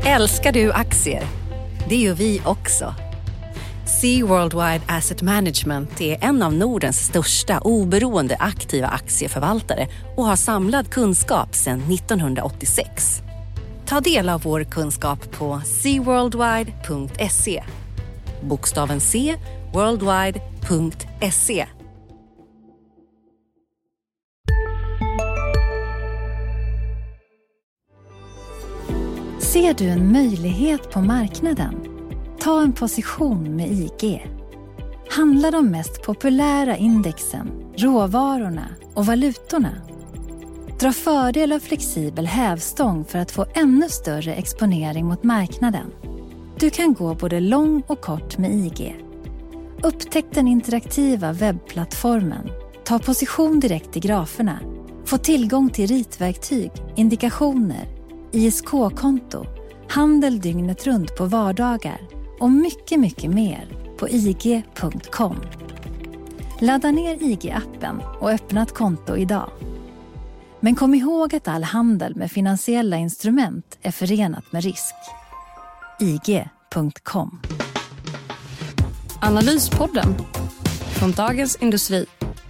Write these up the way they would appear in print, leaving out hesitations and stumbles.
Älskar du aktier? Det gör vi också. Sea Worldwide Asset Management är en av Nordens största oberoende aktiva aktieförvaltare och har samlad kunskap sedan 1986. Ta del av vår kunskap på seaworldwide.se. Bokstaven C, worldwide.se. Ser du en möjlighet på marknaden? Ta en position med IG. Handla de mest populära indexen, råvarorna och valutorna. Dra fördel av flexibel hävstång för att få ännu större exponering mot marknaden. Du kan gå både lång och kort med IG. Upptäck den interaktiva webbplattformen. Ta position direkt i graferna. Få tillgång till ritverktyg, indikationer, ISK-konto, handel dygnet runt på vardagar och mycket, mycket mer på ig.com. Ladda ner IG-appen och öppna ett konto idag. Men kom ihåg att all handel med finansiella instrument är förenat med risk. ig.com. Analyspodden från Dagens Industri.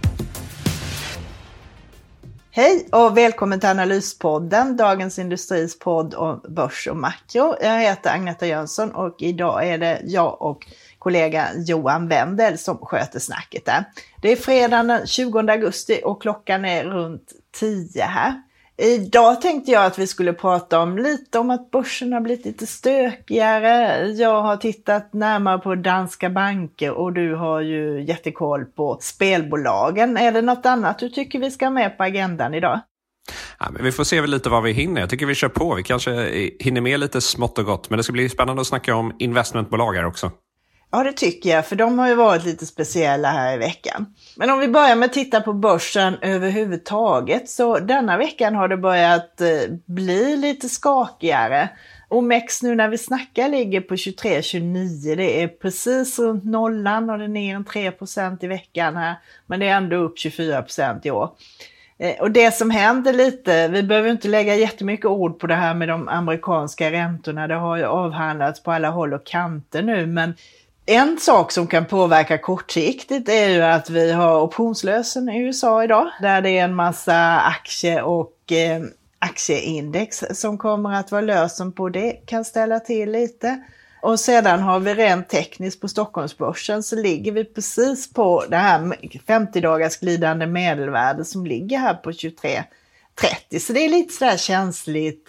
Hej och välkommen till Analyspodden, Dagens Industris podd om börs och makro. Jag heter Agneta Jönsson och idag är det jag och kollega Johan Wendel som sköter snacket där. Det är fredag den 20 augusti och klockan är runt 10 här. Idag tänkte jag att vi skulle prata lite om att börsen har blivit lite stökigare. Jag har tittat närmare på danska banker och du har ju jättekoll på spelbolagen. Är det något annat du tycker vi ska ha med på agendan idag? Ja, men vi får se väl lite vad vi hinner. Jag tycker vi kör på. Vi kanske hinner med lite smått och gott. Men det ska bli spännande att snacka om investmentbolag här också. Ja, det tycker jag, för de har ju varit lite speciella här i veckan. Men om vi börjar med att titta på börsen överhuvudtaget, så denna veckan har det börjat bli lite skakigare. OMX nu när vi snackar ligger på 23-29, det är precis runt nollan och det är ner 3% i veckan här, men det är ändå upp 24% i år. Och det som händer lite, vi behöver inte lägga jättemycket ord på det här med de amerikanska räntorna, det har ju avhandlats på alla håll och kanter nu, men en sak som kan påverka kortsiktigt är ju att vi har optionslösen i USA idag. Där det är en massa aktier och aktieindex som kommer att vara lösen på det. Kan ställa till lite. Och sedan har vi rent tekniskt på Stockholmsbörsen så ligger vi precis på det här 50-dagars glidande medelvärde som ligger här på 23,30. Så det är lite sådär känsligt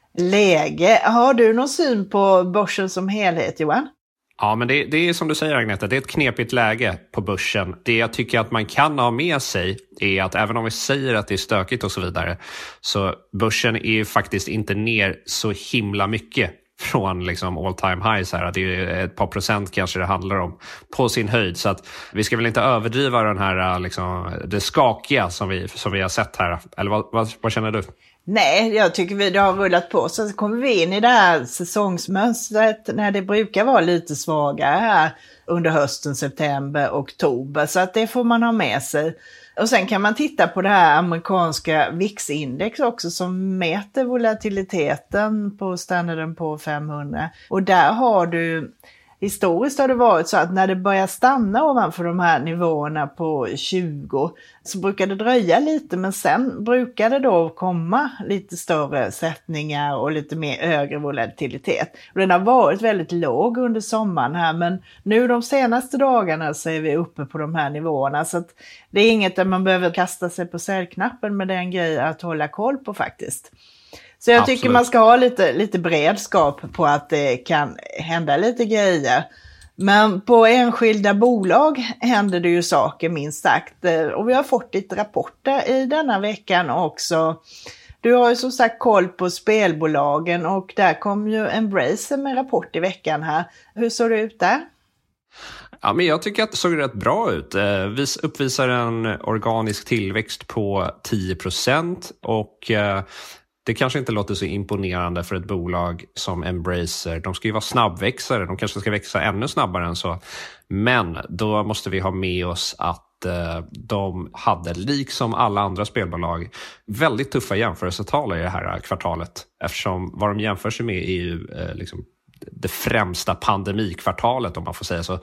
läge. Har du någon syn på börsen som helhet, Johan? Ja, men det är som du säger, Agneta, det är ett knepigt läge på börsen. Det jag tycker att man kan ha med sig är att även om vi säger att det är stökigt och så vidare, så börsen är ju faktiskt inte ner så himla mycket från liksom all time highs här. Det är ett par procent kanske det handlar om på sin höjd. Så att vi ska väl inte överdriva den här liksom, det skakiga som vi har sett här. Eller vad känner du? Nej, jag tycker det har rullat på. Så kommer vi in i det här säsongsmönstret när det brukar vara lite svagare här under hösten, september, oktober. Så att det får man ha med sig. Och sen kan man titta på det här amerikanska VIX-index också som mäter volatiliteten på Standard & Poor 500. Och där har du, historiskt har det varit så att när det börjar stanna ovanför de här nivåerna på 20 så brukar det dröja lite, men sen brukar det då komma lite större sättningar och lite mer högre volatilitet. Och den har varit väldigt låg under sommaren här, men nu de senaste dagarna så är vi uppe på de här nivåerna, så att det är inget där man behöver kasta sig på säljknappen, men det är en grej att hålla koll på faktiskt. Så jag tycker man ska ha lite beredskap på att det kan hända lite grejer. Men på enskilda bolag händer det ju saker minst sagt. Och vi har fått lite rapporter i denna veckan också. Du har ju som sagt koll på spelbolagen och där kom ju Embracer med rapport i veckan här. Hur såg det ut där? Ja, men jag tycker att det såg rätt bra ut. Vi uppvisar en organisk tillväxt på 10% och det kanske inte låter så imponerande för ett bolag som Embracer. De ska ju vara snabbväxare. De kanske ska växa ännu snabbare än så. Men då måste vi ha med oss att de hade, liksom alla andra spelbolag, väldigt tuffa jämförelsetal i det här kvartalet. Eftersom vad de jämför sig med är ju liksom det främsta pandemikvartalet, om man får säga så.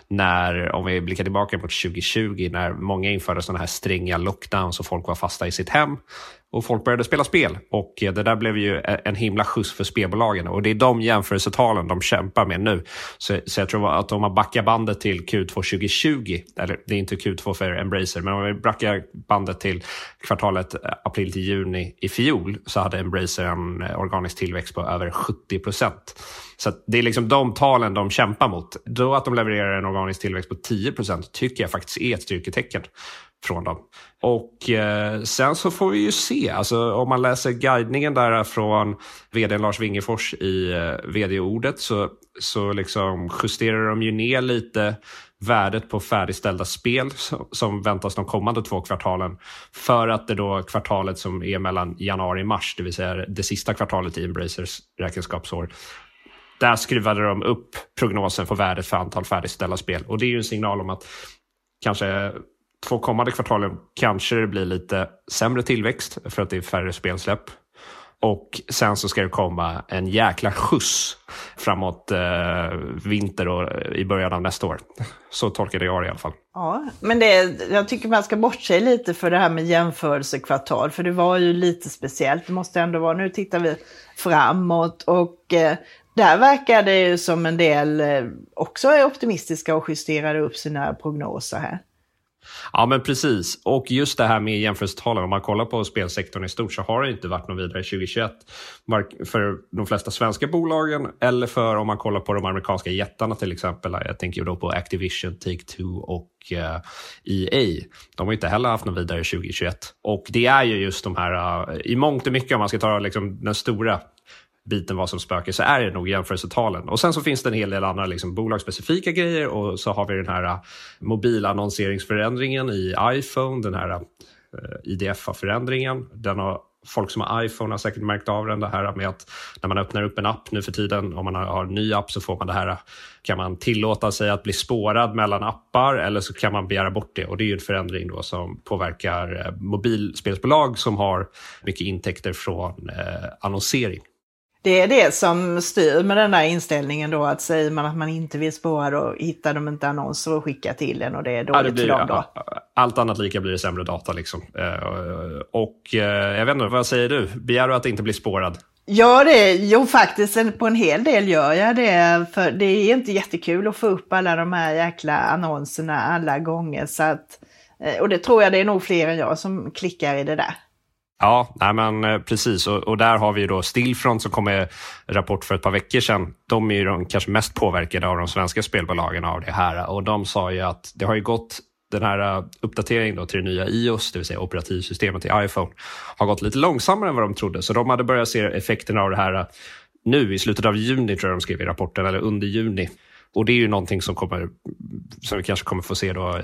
Om vi blickar tillbaka mot 2020, när många införde sådana här stränga lockdowns och folk var fasta i sitt hem och folk började spela spel. Och det där blev ju en himla skjuts för spelbolagen. Och det är de jämförelsetalen de kämpar med nu. Så jag tror att om man backar bandet till Q2 2020, eller det är inte Q2 för Embracer, men om vi backar bandet till kvartalet april till juni i fjol, så hade Embracer en organisk tillväxt på över 70%. Så det är liksom de talen de kämpar mot. Då att de levererar en organisk tillväxt på 10% tycker jag faktiskt är ett styrketecken från dem. Och sen så får vi ju se, alltså om man läser guidningen där från vd Lars Wingefors i vd-ordet, så liksom justerar de ju ner lite värdet på färdigställda spel som väntas de kommande 2 kvartalen, för att det då kvartalet som är mellan januari och mars, det vill säga det sista kvartalet i Embracers räkenskapsår, där skruvade de upp prognosen för värdet för antal färdigställda spel. Och det är ju en signal om att kanske 2 kommande kvartalen kanske det blir lite sämre tillväxt för att det är färre spelsläpp. Och sen så ska det komma en jäkla skjuts framåt vinter och i början av nästa år. Så tolkar jag det i alla fall. Ja, men jag tycker man ska bortse lite för det här med jämförelsekvartal. För det var ju lite speciellt. Det måste ändå vara, nu tittar vi framåt och där verkar det ju som en del också är optimistiska och justerar upp sina prognoser här. Ja, men precis. Och just det här med jämförelsetalen, om man kollar på spelsektorn i stort, så har det inte varit någon vidare 2021 för de flesta svenska bolagen, eller för om man kollar på de amerikanska jättarna till exempel. Jag tänker ju då på Activision, Take-Two och EA. De har inte heller haft någon vidare 2021. Och det är ju just de här, i mångt och mycket, om man ska ta liksom den stora biten vad som spöker, så är det nog jämförelsetalen. Och sen så finns det en hel del andra liksom bolagsspecifika grejer, och så har vi den här mobilannonseringsförändringen i iPhone, den här IDFA-förändringen. Folk som har iPhone har säkert märkt av den, det här med att när man öppnar upp en app nu för tiden, om man har en ny app, så får man det här, kan man tillåta sig att bli spårad mellan appar, eller så kan man begära bort det. Och det är ju en förändring då som påverkar mobilspelsbolag som har mycket intäkter från annonsering. Det är det som styr med den där inställningen då, att säger man att man inte vill spåra, då hittar de inte annonser och skickar till en, och det är dåligt för dem då. Allt annat lika blir det sämre data liksom. Och jag vet inte, vad säger du? Begär du att inte bli spårad? Ja, faktiskt på en hel del gör jag det, för det är inte jättekul att få upp alla de här jäkla annonserna alla gånger, så att, och det tror jag det är nog fler än jag som klickar i det där. Ja, nej men precis. Och där har vi ju då Stillfront som kom med rapport för ett par veckor sedan. De är ju de kanske mest påverkade av de svenska spelbolagen av det här. Och de sa ju att det har ju gått, den här uppdateringen då till det nya iOS, det vill säga operativsystemet i iPhone, har gått lite långsammare än vad de trodde. Så de hade börjat se effekterna av det här nu i slutet av juni, tror jag de skrev i rapporten, eller under juni. Och det är ju någonting som vi kanske kommer få se då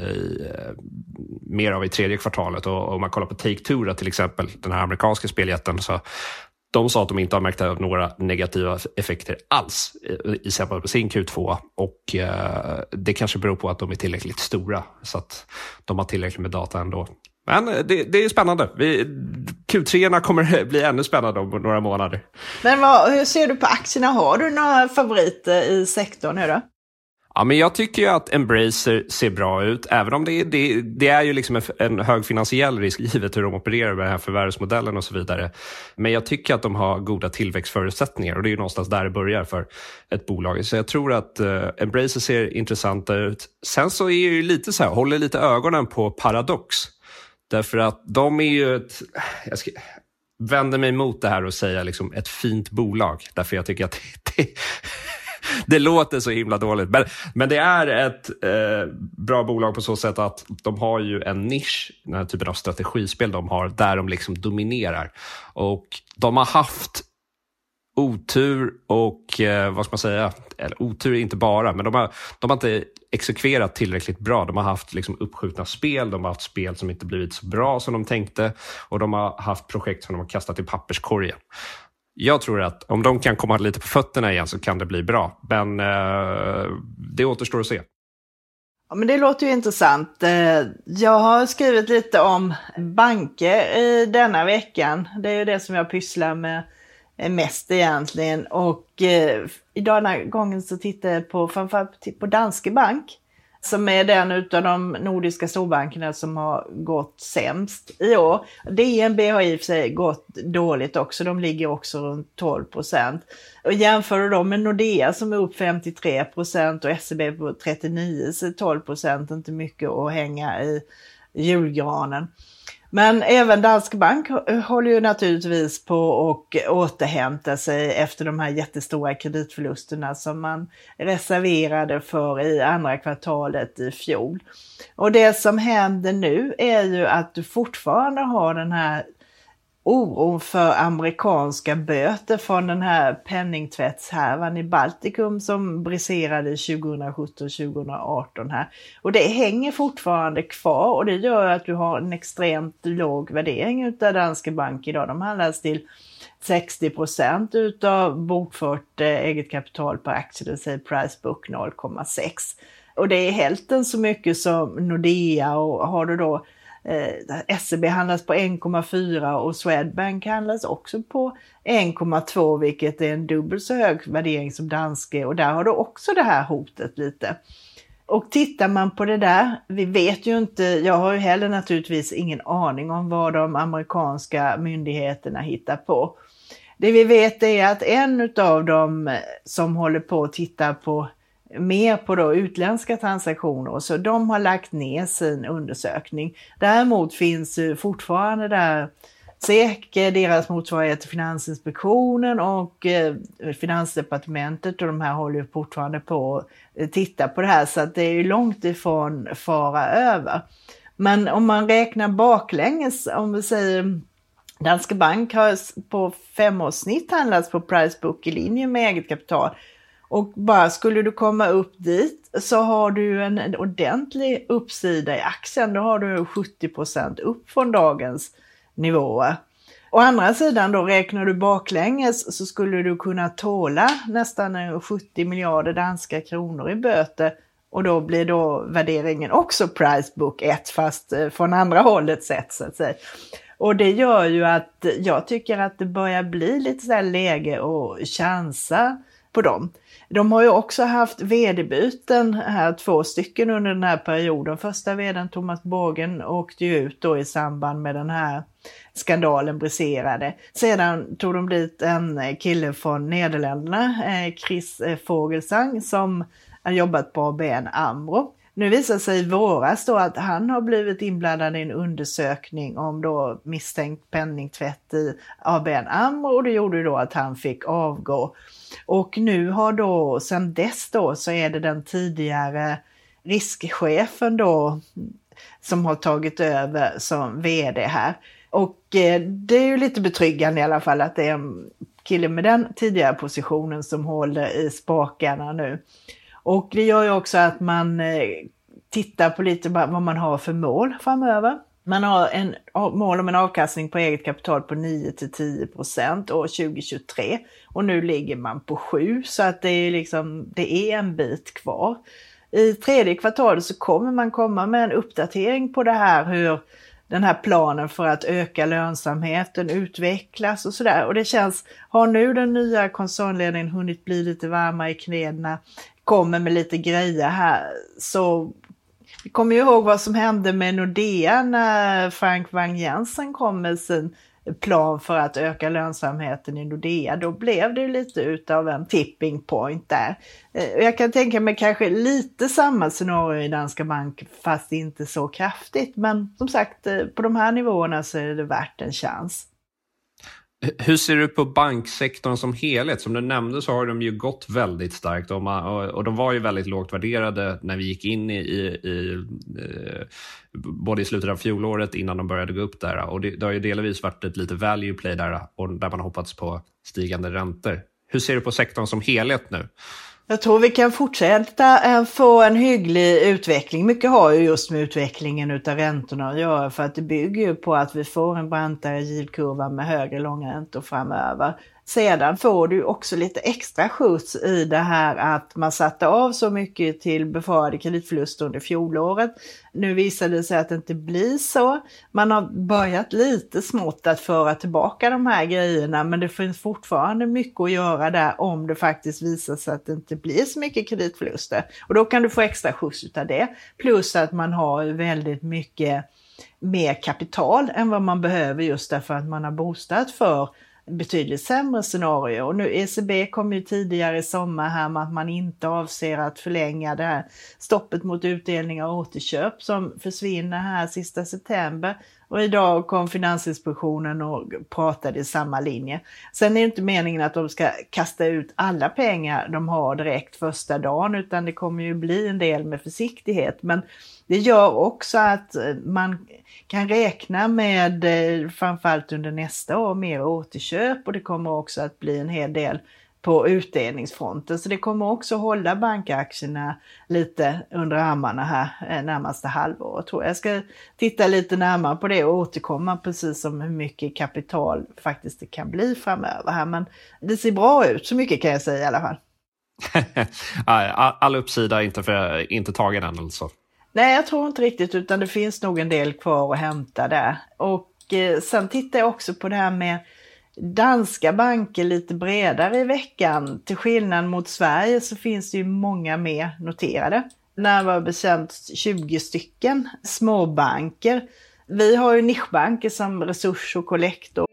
mer av i tredje kvartalet. Och om man kollar på Take-Two till exempel, den här amerikanska speljätten, så de sa att de inte har märkt av några negativa effekter alls i samband med sin Q2. Och det kanske beror på att de är tillräckligt stora, så att de har tillräckligt med data ändå. Men det är spännande. Q3 kommer bli ännu spännande om några månader. Men hur ser du på aktierna? Har du några favoriter i sektorn nu då? Ja, men jag tycker ju att Embracer ser bra ut, även om det är ju liksom en hög finansiell risk givet hur de opererar med den här förvärvsmodellen och så vidare. Men jag tycker att de har goda tillväxtförutsättningar, och det är ju någonstans där det börjar för ett bolag. Så jag tror att Embracer ser intressanta ut. Sen så är jag ju lite så här, håller lite ögonen på Paradox. Därför att de är ju vänder mig emot det här och säga liksom ett fint bolag. Därför jag tycker att det låter så himla dåligt. Men det är ett bra bolag på så sätt att de har ju en nisch, den här typen av strategispel de har, där de liksom dominerar. Och de har haft otur och vad ska man säga, eller otur inte bara, men de har inte exekverat tillräckligt bra. De har haft liksom uppskjutna spel, de har haft spel som inte blivit så bra som de tänkte, och de har haft projekt som de har kastat i papperskorgen. Jag tror att om de kan komma lite på fötterna igen så kan det bli bra, men det återstår att se. Ja, men det låter ju intressant. Jag har skrivit lite om banker i denna veckan. Det är ju det som jag pysslar med mest egentligen. Och idag den här gången så tittar jag framförallt på Danske Bank, som är den utav de nordiska storbankerna som har gått sämst i år. DNB har i och för sig gått dåligt också, de ligger också runt 12%. Och jämför du dem med Nordea som är upp 53% och SEB på 39%, så 12% inte mycket att hänga i julgranen. Men även Danske Bank håller ju naturligtvis på att återhämta sig efter de här jättestora kreditförlusterna som man reserverade för i andra kvartalet i fjol. Och det som händer nu är ju att du fortfarande har den här oron för amerikanska böter från den här penningtvättshärvan i Baltikum som briserade 2017-2018 här. Och det hänger fortfarande kvar och det gör att du har en extremt låg värdering utav Danske Bank idag. De handlas till 60% utav bokfört eget kapital per aktie, det vill säga price book 0,6. Och det är hälften så mycket som Nordea, och har du då SEB handlas på 1,4 och Swedbank handlas också på 1,2, vilket är en dubbelt så hög värdering som Danske, och där har du också det här hotet lite. Och tittar man på det där, vi vet ju inte, jag har ju heller naturligtvis ingen aning om vad de amerikanska myndigheterna hittar på. Det vi vet är att en av dem som håller på att titta på mer på då utländska transaktioner, så de har lagt ner sin undersökning. Däremot finns fortfarande där SEK, deras motsvarighet till Finansinspektionen och Finansdepartementet, och de här håller ju fortfarande på att titta på det här, så att det är ju långt ifrån fara över. Men om man räknar baklänges, om vi säger Danske Bank har på 5-årssnitt handlats på price book i linje med eget kapital. Och bara skulle du komma upp dit så har du en ordentlig uppsida i aktien. Då har du 70% upp från dagens nivåer. Å andra sidan då, räknar du baklänges så skulle du kunna tåla nästan 70 miljarder danska kronor i böter. Och då blir då värderingen också price book 1, fast från andra hållet sett så att säga. Och det gör ju att jag tycker att det börjar bli lite så här läge och chansa på dem. De har ju också haft vd-byten här, 2 stycken under den här perioden. Första vdn Thomas Borgen åkte ju ut då i samband med den här skandalen briserade. Sedan tog de dit en kille från Nederländerna, Chris Vogelsang, som har jobbat på ABN AMRO. Nu visar sig i våras då att han har blivit inblandad i en undersökning om då misstänkt penningtvätt i ABN AMRO, och det gjorde ju då att han fick avgå. Och nu har då, sedan dess då, så är det den tidigare riskchefen då som har tagit över som vd här. Och det är ju lite betryggande i alla fall att det är en kille med den tidigare positionen som håller i spakarna nu. Och det gör ju också att man tittar på lite vad man har för mål framöver. Man har en mål om en avkastning på eget kapital på 9-10% år 2023. Och nu ligger man på 7, så att det är en bit kvar. I tredje kvartalet så kommer man komma med en uppdatering på det här, hur den här planen för att öka lönsamheten utvecklas och sådär. Och det känns, har nu den nya koncernledningen hunnit bli lite varma i knäna, kommer med lite grejer här, så vi kommer ju ihåg vad som hände med Nordea när Frank Wang Jensen kom med sin plan för att öka lönsamheten i Nordea. Då blev det lite utav en tipping point där. Jag kan tänka mig kanske lite samma scenario i Danske Bank, fast inte så kraftigt. Men som sagt, på de här nivåerna så är det värt en chans. Hur ser du på banksektorn som helhet? Som du nämnde så har de ju gått väldigt starkt och de var ju väldigt lågt värderade när vi gick in både i slutet av fjolåret innan de började gå upp där. Och det har ju delvis varit ett lite value play där, och där man hoppats på stigande räntor. Hur ser du på sektorn som helhet nu? Jag tror vi kan fortsätta få en hygglig utveckling. Mycket har ju just med utvecklingen utav räntorna att göra, för att det bygger ju på att vi får en brantare yieldkurva med högre långa räntor framöver. Sedan får du också lite extra skjuts i det här att man satte av så mycket till befarade kreditförluster under fjolåret. Nu visar det sig att det inte blir så. Man har börjat lite smått att föra tillbaka de här grejerna, men det finns fortfarande mycket att göra där om det faktiskt visar sig att det inte blir så mycket kreditförluster. Och då kan du få extra skjuts utav det. Plus att man har väldigt mycket mer kapital än vad man behöver, just därför att man har boostat för betydligt sämre scenario. Och nu ECB kom ju tidigare i sommar här med att man inte avser att förlänga det här stoppet mot utdelning och återköp som försvinner här sista september. Och idag kom Finansinspektionen och pratade i samma linje. Sen är det inte meningen att de ska kasta ut alla pengar de har direkt första dagen, utan det kommer ju bli en del med försiktighet. Men det gör också att man kan räkna med, framförallt under nästa år, mer återköp, och det kommer också att bli en hel del på utdelningsfronten. Så det kommer också hålla bankaktierna lite under armarna här närmaste halvår. Jag ska titta lite närmare på det och återkomma precis som hur mycket kapital faktiskt det kan bli framöver här. Men det ser bra ut, så mycket kan jag säga i alla fall. All uppsida är inte tagen än alltså. Nej, jag tror inte riktigt, utan det finns nog en del kvar att hämta där. Och sen tittar jag också på det här med danska banker lite bredare i veckan. Till skillnad mot Sverige så finns det ju många mer noterade. När var bestämt 20 stycken småbanker. Vi har ju nischbanker som Resurs och Collector.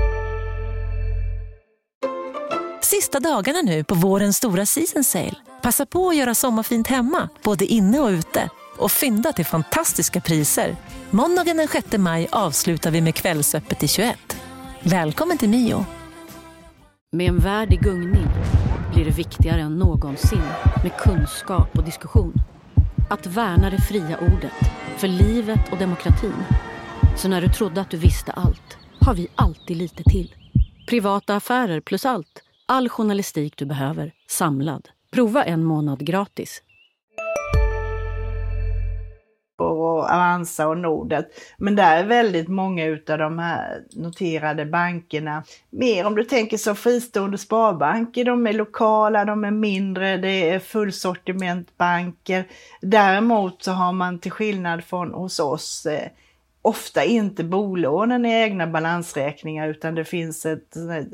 Sista dagarna nu på vårens stora season sale. Passa på att göra sommarfint hemma, både inne och ute. Och fynda till fantastiska priser. Måndagen den 6 maj avslutar vi med kvällsöppet i 21. Välkommen till Mio. Med en värld i gungning blir det viktigare än någonsin med kunskap och diskussion. Att värna det fria ordet, för livet och demokratin. Så när du trodde att du visste allt, har vi alltid lite till. Privata affärer plus allt. All journalistik du behöver, samlad. Prova en månad gratis. Och Avanza och Nordnet. Men där är väldigt många utav de här noterade bankerna. Mer om du tänker så fristående sparbanker, de är lokala, de är mindre, det är fullsortimentbanker. Däremot så har man till skillnad från hos oss ofta inte bolånen i egna balansräkningar, utan det finns ett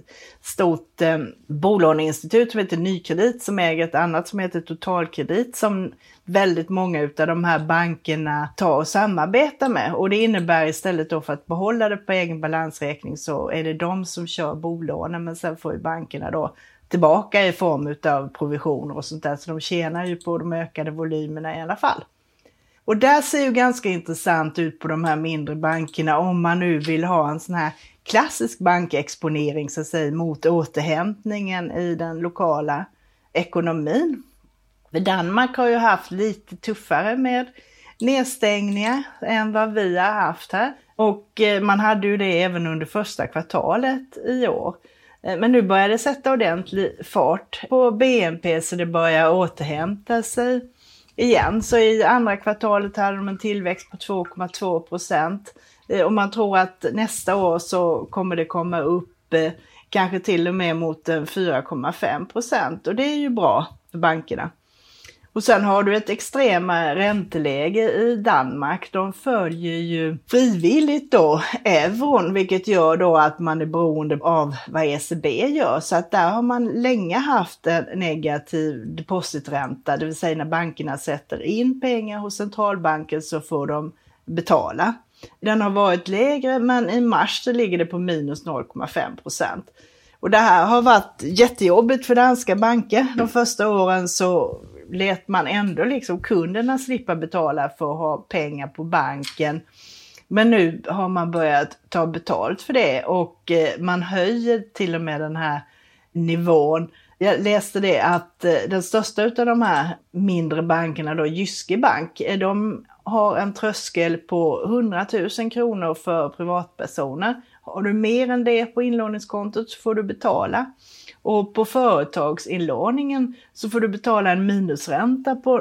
stort bolåneinstitut som heter Nykredit som äger ett annat som heter Totalkredit, som väldigt många utav de här bankerna tar och samarbetar med. Och det innebär istället då, för att behålla det på egen balansräkning, så är det de som kör bolånen, men sen får ju bankerna då tillbaka i form utav provisioner och sånt där, så de tjänar ju på de ökade volymerna i alla fall. Och där ser ju ganska intressant ut på de här mindre bankerna, om man nu vill ha en sån här klassisk bankexponering så att säga, mot återhämtningen i den lokala ekonomin. För Danmark har ju haft lite tuffare med nedstängningar än vad vi har haft här. Och man hade ju det även under första kvartalet i år. Men nu börjar det sätta ordentlig fart på BNP, så det börjar återhämta sig igen. Så i andra kvartalet hade de en tillväxt på 2,2%. Och man tror att nästa år så kommer det komma upp kanske till och med mot 4,5%. Och det är ju bra för bankerna. Och sen har du ett extrema ränteläge i Danmark. De följer ju frivilligt då euron, vilket gör då att man är beroende av vad ECB gör. Så att där har man länge haft en negativ depositränta, det vill säga när bankerna sätter in pengar hos centralbanken så får de betala. Den har varit lägre, men i mars så ligger det på minus 0,5%. Och det här har varit jättejobbigt för danska banker. De första åren så lät man ändå liksom kunderna slippa betala för att ha pengar på banken. Men nu har man börjat ta betalt för det, och man höjer till och med den här nivån. Jag läste det att den största av de här mindre bankerna, då Jyske Bank, de har en tröskel på 100 000 kronor för privatpersoner. Har du mer än det på inlåningskontot så får du betala. Och på företagsinlåningen så får du betala en minusränta på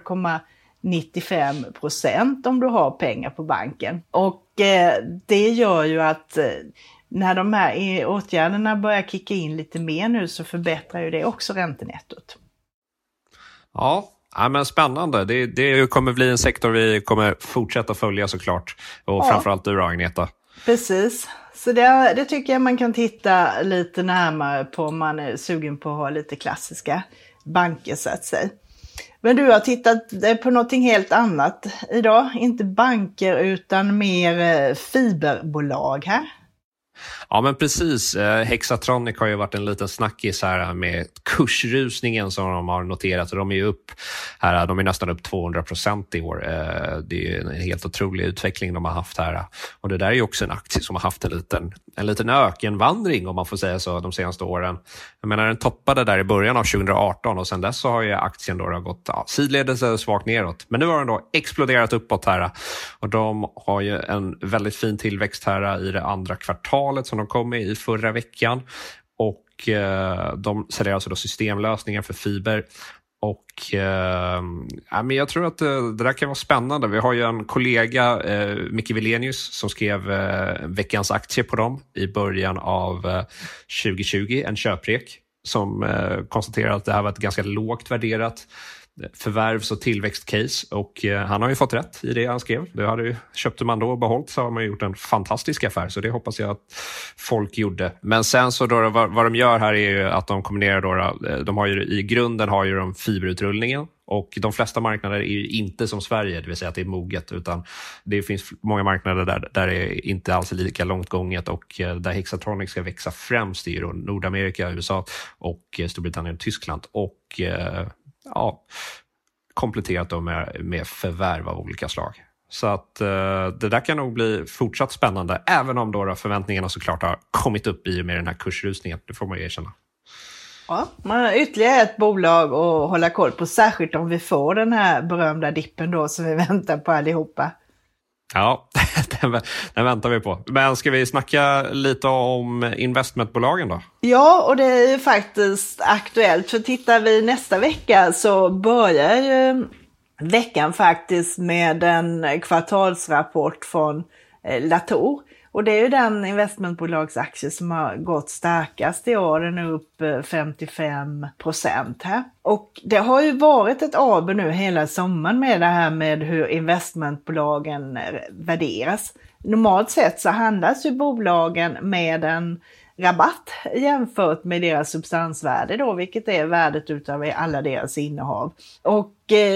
0,95% om du har pengar på banken. Och det gör ju att när de här åtgärderna börjar kicka in lite mer nu så förbättrar ju det också räntenettot. Ja, men spännande. Det kommer bli en sektor vi kommer fortsätta följa såklart. Och framförallt du, Agneta. Precis. Så det tycker jag man kan titta lite närmare på om man är sugen på att ha lite klassiska banker så att säga. Men du har tittat på någonting helt annat idag. Inte banker utan mer fiberbolag här. Ja, men precis. Hexatronic har ju varit en liten snackis här med kursrusningen som de har noterat. De är ju upp här, de är nästan upp 200% i år. Det är ju en helt otrolig utveckling de har haft här. Och det där är ju också en aktie som har haft en liten ökenvandring, om man får säga så, de senaste åren. Jag menar, den toppade där i början av 2018 och sen dess så har ju aktien då gått sidledes svagt neråt. Men nu har den då exploderat uppåt här och de har ju en väldigt fin tillväxt här i det andra kvartalet som de kom med i förra veckan. Och de säljer alltså då systemlösningar för fiber. Och men jag tror att det där kan vara spännande. Vi har ju en kollega, Micke Wilenius, som skrev veckans aktie på dem i början av 2020, en köprek, som konstaterade att det här var ett ganska lågt värderat förvärvs- och tillväxtcase, och han har ju fått rätt i det han skrev. Det hade ju, köpte man då och behållit så har man gjort en fantastisk affär, så det hoppas jag att folk gjorde. Men sen så då, vad de gör här är ju att de kombinerar då, de har ju i grunden har ju de fiberutrullningen, och de flesta marknader är ju inte som Sverige, det vill säga att det är moget, utan det finns många marknader där det är inte alls lika långt gånget, och där Hexatronic ska växa främst i Nordamerika, USA och Storbritannien och Tyskland, och kompletterat då med förvärv av olika slag. Så att det där kan nog bli fortsatt spännande, även om då förväntningarna såklart har kommit upp i och med den här kursrusningen. Det får man ju erkänna. Ja, man har ytterligare ett bolag att hålla koll på, särskilt om vi får den här berömda dippen då som vi väntar på allihopa. Ja, den väntar vi på. Men ska vi snacka lite om investmentbolagen då? Ja, och det är ju faktiskt aktuellt. För tittar vi nästa vecka så börjar ju veckan faktiskt med en kvartalsrapport från Latour. Och det är ju den investmentbolagsaktie som har gått starkast i år. Den är upp 55% här. Och det har ju varit ett aber nu hela sommaren med det här med hur investmentbolagen värderas. Normalt sett så handlas ju bolagen med en rabatt jämfört med deras substansvärde då, vilket är värdet utav alla deras innehav. Och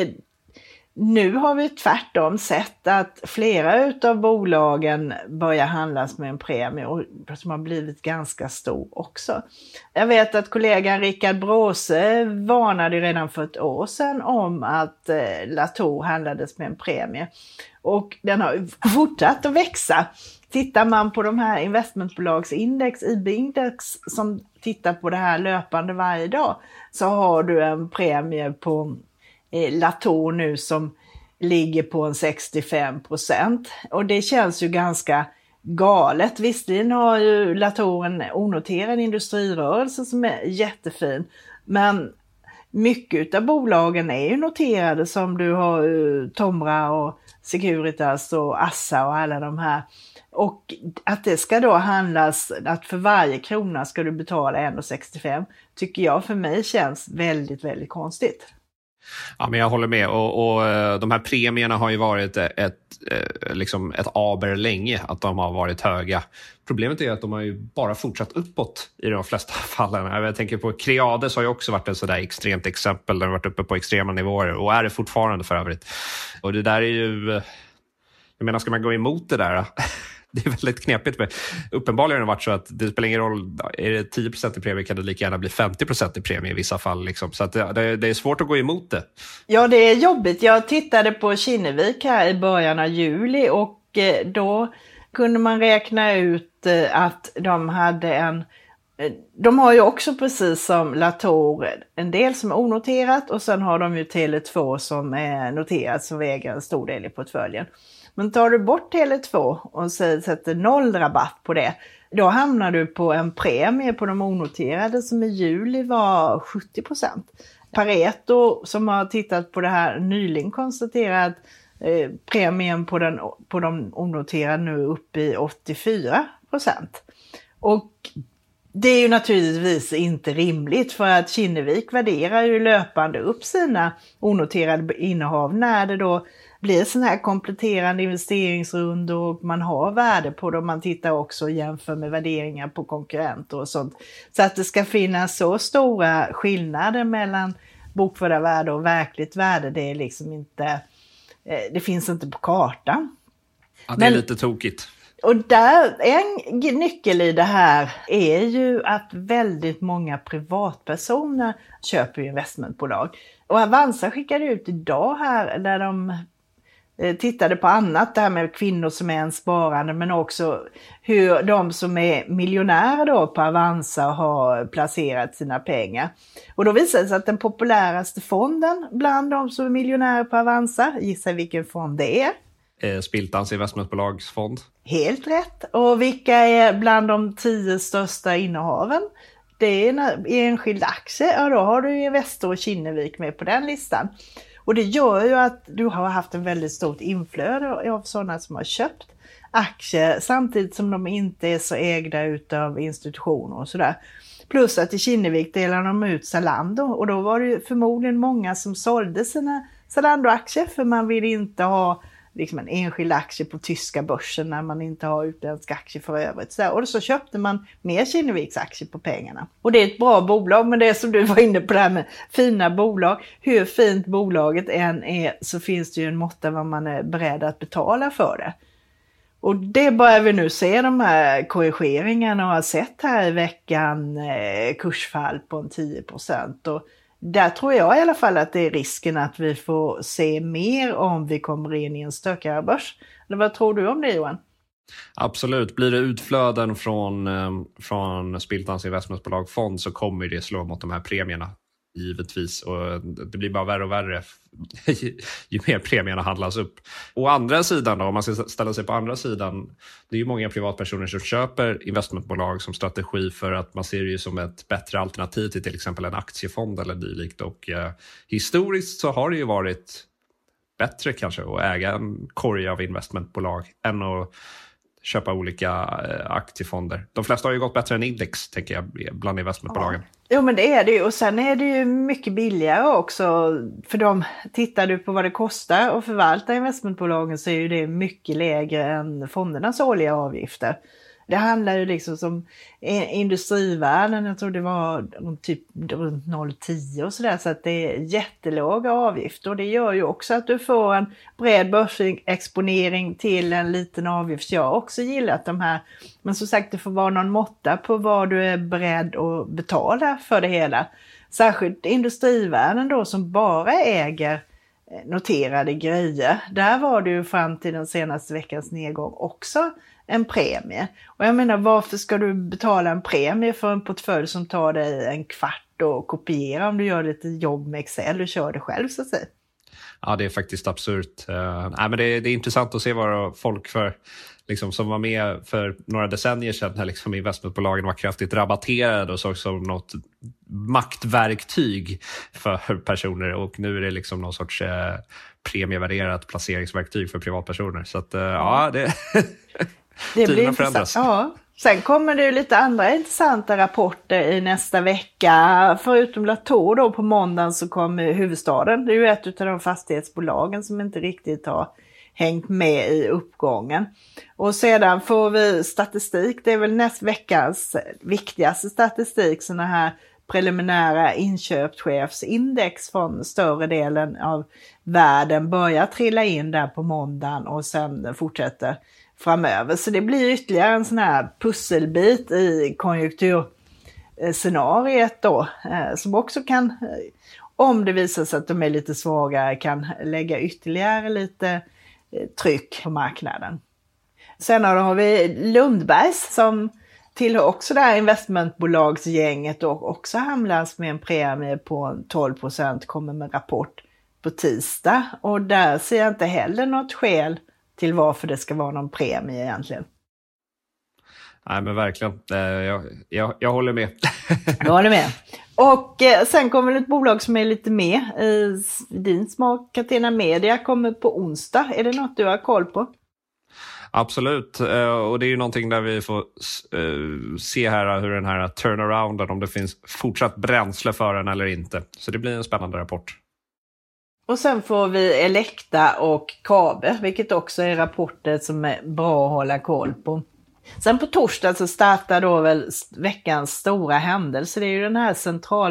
nu har vi tvärtom sett att flera utav bolagen börjar handlas med en premie och som har blivit ganska stor också. Jag vet att kollegan Rickard Bråse varnade redan för ett år sedan om att Latour handlades med en premie. Och den har fortsatt att växa. Tittar man på de här investmentbolagsindex, IB-index, som tittar på det här löpande varje dag, så har du en premie på Latour nu som ligger på en 65%. Och det känns ju ganska galet. Visserligen har ju Latour en onoterad industrirörelse som är jättefin. Men mycket av bolagen är ju noterade, som du har Tomra och Securitas och Assa och alla de här. Och att det ska då handlas, att för varje krona ska du betala 1,65, tycker jag för mig känns väldigt, väldigt konstigt. Ja, men jag håller med, och de här premierna har ju varit ett aber länge, att de har varit höga. Problemet är att de har ju bara fortsatt uppåt i de flesta fallen. Jag tänker på Creades har ju också varit ett sådär extremt exempel där de har varit uppe på extrema nivåer, och är det fortfarande för övrigt. Och det där är ju, jag menar, ska man gå emot det där? Det är väldigt knepigt. Uppenbarligen har det varit så att det spelar ingen roll, är det 10% i premie kan det lika gärna bli 50% i premie i vissa fall. Liksom. Så att det är svårt att gå emot det. Ja, det är jobbigt. Jag tittade på Kinnevik här i början av juli, och då kunde man räkna ut att de hade de har ju också, precis som Latour, en del som är onoterat, och sen har de ju Tele2 som är noterat, som väger en stor del i portföljen. Men tar du bort Tele2 och sätter 0 rabatt på det, Då hamnar du på en premie på de onoterade som i juli var 70%. Pareto som har tittat på det här nyligen konstaterar att premien på de onoterade nu är uppe i 84%. Och det är ju naturligtvis inte rimligt, för att Kinnevik värderar ju löpande upp sina onoterade innehav när det då blir sån här kompletterande investeringsrundor och man har värde på det. Man tittar också och jämför med värderingar på konkurrenter och sånt. Så att det ska finnas så stora skillnader mellan bokförda värde och verkligt värde, det är liksom inte, det finns inte på kartan. Ja, det är lite tokigt. Och där, en nyckel i det här är ju att väldigt många privatpersoner köper investmentbolag. Och Avanza skickade ut idag här där de tittade på annat, det här med kvinnor som är en sparande, men också hur de som är miljonärer då på Avanza har placerat sina pengar. Och då visade det sig att den populäraste fonden bland de som är miljonärer på Avanza, gissa vilken fond det är? Spiltans investmentbolagsfond. Helt rätt. Och vilka är bland de 10 största innehaven? Det är en enskild aktie. Ja, då har du Investor och Kinnevik med på den listan. Och det gör ju att du har haft en väldigt stort inflöde av sådana som har köpt aktier samtidigt som de inte är så ägda utav institutioner och sådär. Plus att i Kinnevik delar de ut Zalando, och då var det ju förmodligen många som sålde sina Zalando-aktier för man vill inte ha liksom en enskild aktie på tyska börsen när man inte har utländska aktier för övrigt. Och så köpte man mer Kinneviks aktier på pengarna. Och det är ett bra bolag, men det är som du var inne på det här med fina bolag. Hur fint bolaget än är så finns det ju en måtta vad man är beredd att betala för det. Och det börjar vi nu se, de här korrigeringarna, och har sett här i veckan kursfall på 10%. Och där tror jag i alla fall att det är risken att vi får se mer om vi kommer in i en stökigare börs. Eller vad tror du om det, Johan? Absolut. Blir det utflöden från Spiltans investmentbolagfond så kommer det slå mot de här premierna. Givetvis, och det blir bara värre och värre ju mer premierna handlas upp. Å andra sidan då, om man ska ställa sig på andra sidan, det är ju många privatpersoner som köper investmentbolag som strategi för att man ser det ju som ett bättre alternativ till exempel en aktiefond eller dylikt, och historiskt så har det ju varit bättre kanske att äga en korg av investmentbolag än att köpa olika aktiefonder. De flesta har ju gått bättre än index, tänker jag, bland investmentbolagen. Ja. Jo, men det är det ju. Och sen är det ju mycket billigare också. För tittar du på vad det kostar att förvalta investmentbolagen så är ju det mycket lägre än fondernas årliga avgifter. Det handlar ju liksom som industrivärden, jag tror det var typ runt 0,10 och sådär, så att det är jättelåga avgifter, och det gör ju också att du får en bred börsexponering till en liten avgift. Jag har också gillat de här, men som sagt det får vara någon måtta på vad du är beredd att betala för det hela. Särskilt industrivärden då som bara äger noterade grejer, där var det ju fram till den senaste veckans nedgång också en premie. Och jag menar, varför ska du betala en premie för en portfölj som tar dig en kvart och kopiera om du gör lite jobb med Excel och kör det själv så att säga? Ja, det är faktiskt absurt. Men det är intressant att se vad folk liksom, som var med för några decennier sedan när liksom investmentbolagen var kraftigt rabatterade och såg som något maktverktyg för personer, och nu är det liksom någon sorts premievärderat placeringsverktyg för privatpersoner. Så att det blir intressant. Ja. Sen kommer det ju lite andra intressanta rapporter i nästa vecka. Förutom Latour då på måndagen så kommer Huvudstaden. Det är ju ett av de fastighetsbolagen som inte riktigt har hängt med i uppgången. Och sedan får vi statistik. Det är väl nästa veckans viktigaste statistik. Såna här preliminära inköpschefsindex från större delen av världen börjar trilla in där på måndagen och sen fortsätter framöver. Så det blir ytterligare en sån här pusselbit i konjunkturscenariet då, som också kan, om det visar sig att de är lite svagare, kan lägga ytterligare lite tryck på marknaden. Sen har vi Lundbergs som tillhör också det här investmentbolagsgänget och också hamnas med en premie på 12%, kommer med rapport på tisdag. Och där ser jag inte heller något skäl till varför det ska vara någon premie egentligen. Nej, men verkligen. Jag håller med. Jag håller med. Och sen kommer ett bolag som är lite med i din smak. Catena Media kommer på onsdag. Är det något du har koll på? Absolut, och det är ju någonting där vi får se här hur den här turnarounden, om det finns fortsatt bränsle för den eller inte. Så det blir en spännande rapport. Och sen får vi Elekta och Kabe, vilket också är rapporter som är bra att hålla koll på. Sen på torsdag så startar då väl veckans stora händelse. Det är ju den här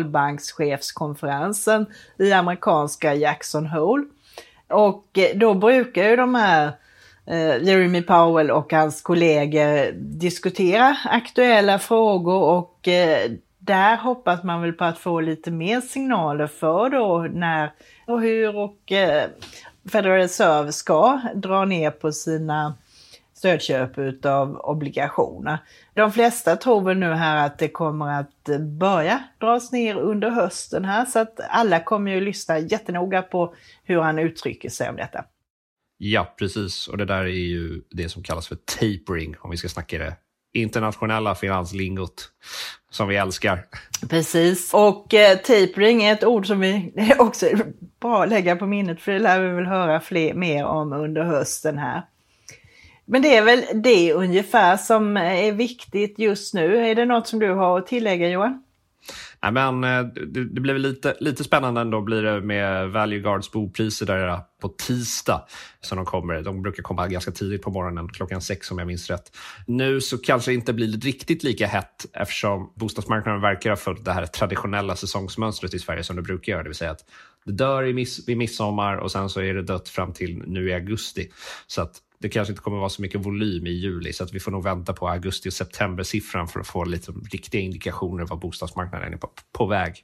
centralbankschefskonferensen i amerikanska Jackson Hole. Och då brukar ju de här Jeremy Powell och hans kollegor diskutera aktuella frågor, och där hoppas man väl på att få lite mer signaler för då när och hur och Federal Reserve ska dra ner på sina stödköp utav obligationer. De flesta tror väl nu här att det kommer att börja dras ner under hösten här, så att alla kommer ju lyssna jättenoga på hur han uttrycker sig om detta. Ja, precis. Och det där är ju det som kallas för tapering, om vi ska snacka det internationella finanslingot som vi älskar. Precis. Och tapering är ett ord som vi också bra lägga på minnet, för det lär vi väl höra mer om under hösten här. Men det är väl det ungefär som är viktigt just nu. Är det något som du har att tillägga, Johan? Nej, men det blir väl lite spännande ändå, blir det med Value Guards bopriser där på tisdag som de kommer. De brukar komma ganska tidigt på morgonen, 6:00 om jag minns rätt. Nu så kanske det inte blir riktigt lika hett, eftersom bostadsmarknaden verkar ha följt det här traditionella säsongsmönstret i Sverige som det brukar göra. Det vill säga att det dör vid midsommar och sen så är det dött fram till nu i augusti. Så att det kanske inte kommer vara så mycket volym i juli, så att vi får nog vänta på augusti- och september-siffran för att få lite riktiga indikationer vad bostadsmarknaden är på väg.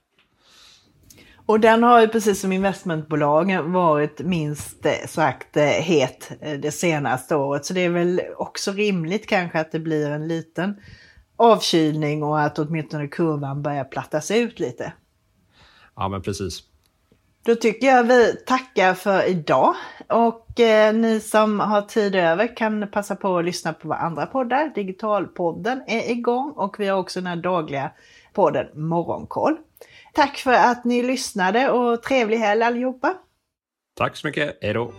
Och den har ju precis som investmentbolagen varit minst sagt het det senaste året. Så det är väl också rimligt kanske att det blir en liten avkylning och att åtminstone kurvan börjar plattas ut lite. Ja, men precis. Då tycker jag vi tackar för idag, och ni som har tid över kan passa på att lyssna på våra andra poddar. Digitalpodden är igång, och vi har också den här dagliga podden Morgonkoll. Tack för att ni lyssnade och trevlig helg allihopa. Tack så mycket, hej då.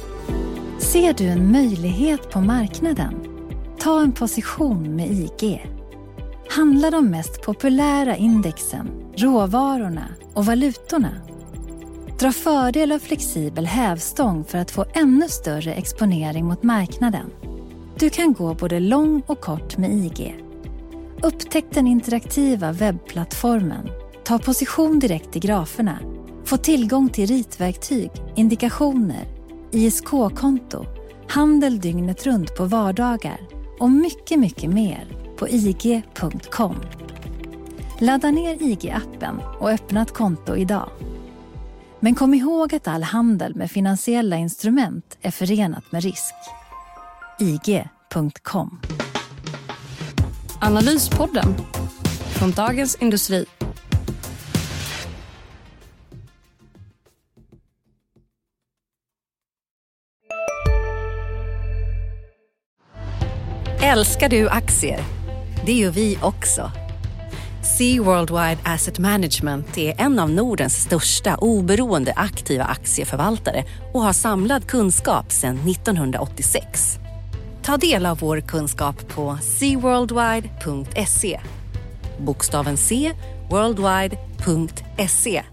Ser du en möjlighet på marknaden? Ta en position med IG. Handla de mest populära indexen, råvarorna och valutorna. Dra fördel av flexibel hävstång för att få ännu större exponering mot marknaden. Du kan gå både lång och kort med IG. Upptäck den interaktiva webbplattformen. Ta position direkt i graferna. Få tillgång till ritverktyg, indikationer, ISK-konto, handel dygnet runt på vardagar och mycket, mycket mer på ig.com. Ladda ner IG-appen och öppna ett konto idag. Men kom ihåg att all handel med finansiella instrument är förenat med risk. IG.com. Analyspodden från Dagens Industri. Älskar du aktier? Det gör vi också. Sea Worldwide Asset Management är en av Nordens största oberoende aktiva aktieförvaltare och har samlad kunskap sedan 1986. Ta del av vår kunskap på seaworldwide.se. Bokstaven C, worldwide.se.